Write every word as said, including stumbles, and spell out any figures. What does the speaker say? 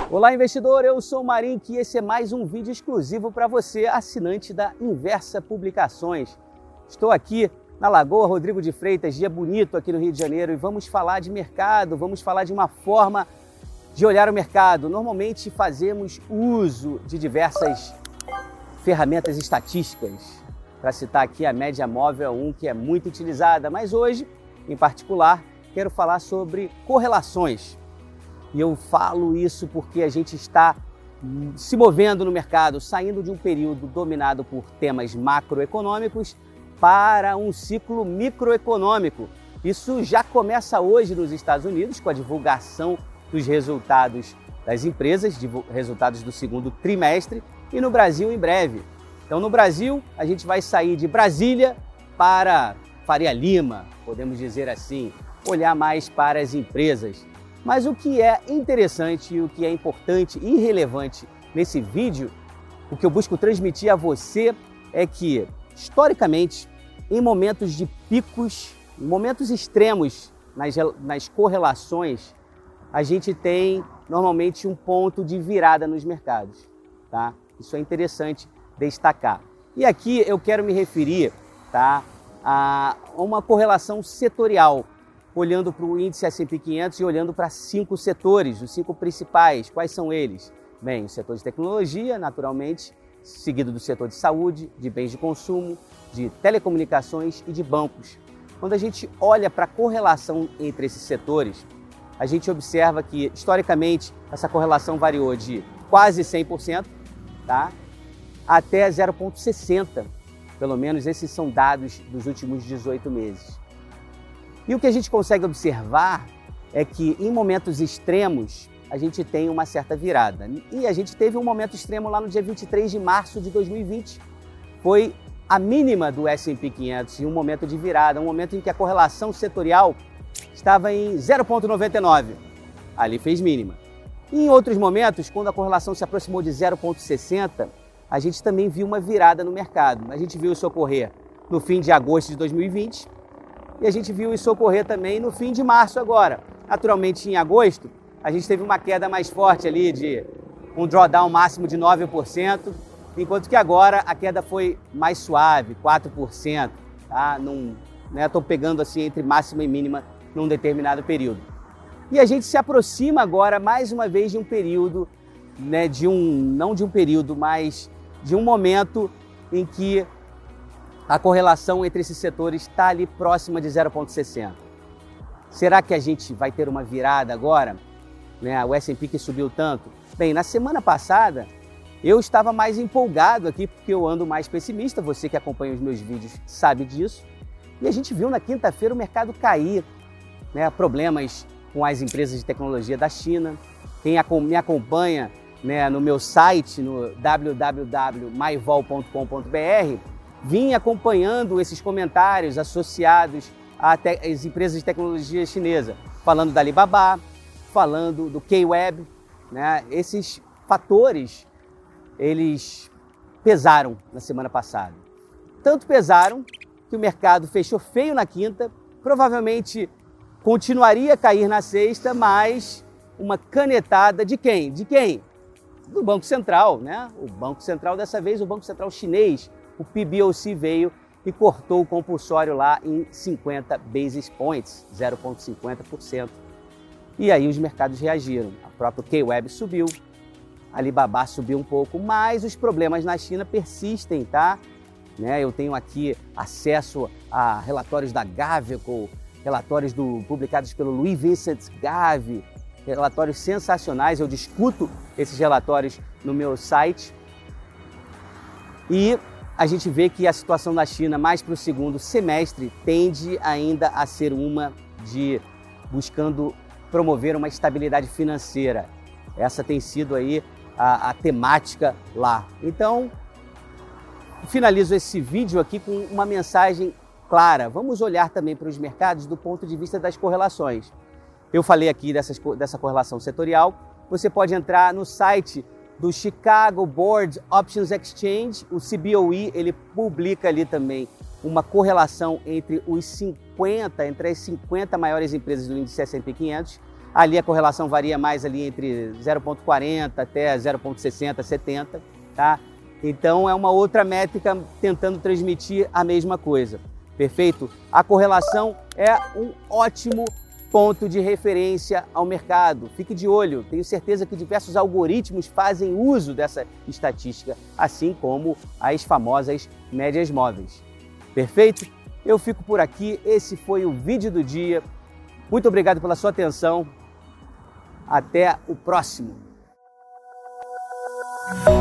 Olá, investidor! Eu sou o Marink e esse é mais um vídeo exclusivo para você, assinante da Inversa Publicações. Estou aqui na Lagoa Rodrigo de Freitas, dia bonito aqui no Rio de Janeiro, e vamos falar de mercado, vamos falar de uma forma de olhar o mercado. Normalmente fazemos uso de diversas ferramentas estatísticas. Para citar aqui, a média móvel é um que é muito utilizada, mas hoje, em particular, quero falar sobre correlações. E eu falo isso porque a gente está se movendo no mercado, saindo de um período dominado por temas macroeconômicos para um ciclo microeconômico. Isso já começa hoje nos Estados Unidos com a divulgação dos resultados das empresas, resultados do segundo trimestre, e no Brasil em breve. Então no Brasil a gente vai sair de Brasília para Faria Lima, podemos dizer assim, olhar mais para as empresas. Mas o que é interessante e o que é importante e relevante nesse vídeo, o que eu busco transmitir a você é que, historicamente, em momentos de picos, em momentos extremos nas, nas correlações, a gente tem normalmente um ponto de virada nos mercados, tá? Isso é interessante destacar. E aqui eu quero me referir, tá, a uma correlação setorial, olhando para o índice S e P quinhentos e olhando para cinco setores, os cinco principais. Quais são eles? Bem, o setor de tecnologia, naturalmente, seguido do setor de saúde, de bens de consumo, de telecomunicações e de bancos. Quando a gente olha para a correlação entre esses setores, a gente observa que, historicamente, essa correlação variou de quase cem por cento, tá, até zero vírgula sessenta por cento. Pelo menos esses são dados dos últimos dezoito meses. E o que a gente consegue observar é que em momentos extremos a gente tem uma certa virada. E a gente teve um momento extremo lá no dia vinte e três de março de dois mil e vinte. Foi a mínima do S e P quinhentos e um momento de virada, um momento em que a correlação setorial estava em zero vírgula noventa e nove. Ali fez mínima. E em outros momentos, quando a correlação se aproximou de zero vírgula sessenta, a gente também viu uma virada no mercado. A gente viu isso ocorrer no fim de agosto de dois mil e vinte. E a gente viu isso ocorrer também no fim de março agora. Naturalmente, em agosto, a gente teve uma queda mais forte ali, de um drawdown máximo de nove por cento, enquanto que agora a queda foi mais suave, quatro por cento. Tá? Num, né, estou pegando assim entre máxima e mínima num determinado período. E a gente se aproxima agora, mais uma vez, de um período, né, de um, não de um período, mas de um momento em que a correlação entre esses setores está ali próxima de zero vírgula sessenta. Será que a gente vai ter uma virada agora? Né? O S e P que subiu tanto? Bem, na semana passada eu estava mais empolgado aqui porque eu ando mais pessimista, você que acompanha os meus vídeos sabe disso. E a gente viu na quinta-feira o mercado cair, né? Problemas com as empresas de tecnologia da China. Quem me acompanha, né, no meu site, no w w w ponto myvol ponto com ponto b r, vim acompanhando esses comentários associados às empresas de tecnologia chinesa, falando da Alibaba, falando do K-Web, né? Esses fatores, eles pesaram na semana passada. Tanto pesaram que o mercado fechou feio na quinta, provavelmente continuaria a cair na sexta, mas uma canetada de quem? De quem? Do Banco Central, né? O Banco Central, dessa vez, o Banco Central chinês, o P B O C veio e cortou o compulsório lá em cinquenta basis points, zero vírgula cinquenta por cento. E aí os mercados reagiram. A própria K-Web subiu, a Alibaba subiu um pouco, mas os problemas na China persistem, tá? Né? Eu tenho aqui acesso a relatórios da Gavico, relatórios do, publicados pelo Louis Vincent Gavi, relatórios sensacionais. Eu discuto esses relatórios no meu site. E a gente vê que a situação na China, mais para o segundo semestre, tende ainda a ser uma de buscando promover uma estabilidade financeira. Essa tem sido aí a, a temática lá. Então, finalizo esse vídeo aqui com uma mensagem clara. Vamos olhar também para os mercados do ponto de vista das correlações. Eu falei aqui dessas, dessa correlação setorial. Você pode entrar no site do Chicago Board Options Exchange, o C B O E, ele publica ali também uma correlação entre os cinquenta, entre as cinquenta maiores empresas do índice S e P quinhentos. Ali a correlação varia mais ali entre zero vírgula quarenta até zero vírgula sessenta, setenta, tá? Então é uma outra métrica tentando transmitir a mesma coisa, perfeito? A correlação é um ótimo ponto de referência ao mercado. Fique de olho, tenho certeza que diversos algoritmos fazem uso dessa estatística, assim como as famosas médias móveis. Perfeito? Eu fico por aqui, esse foi o vídeo do dia. Muito obrigado pela sua atenção. Até o próximo.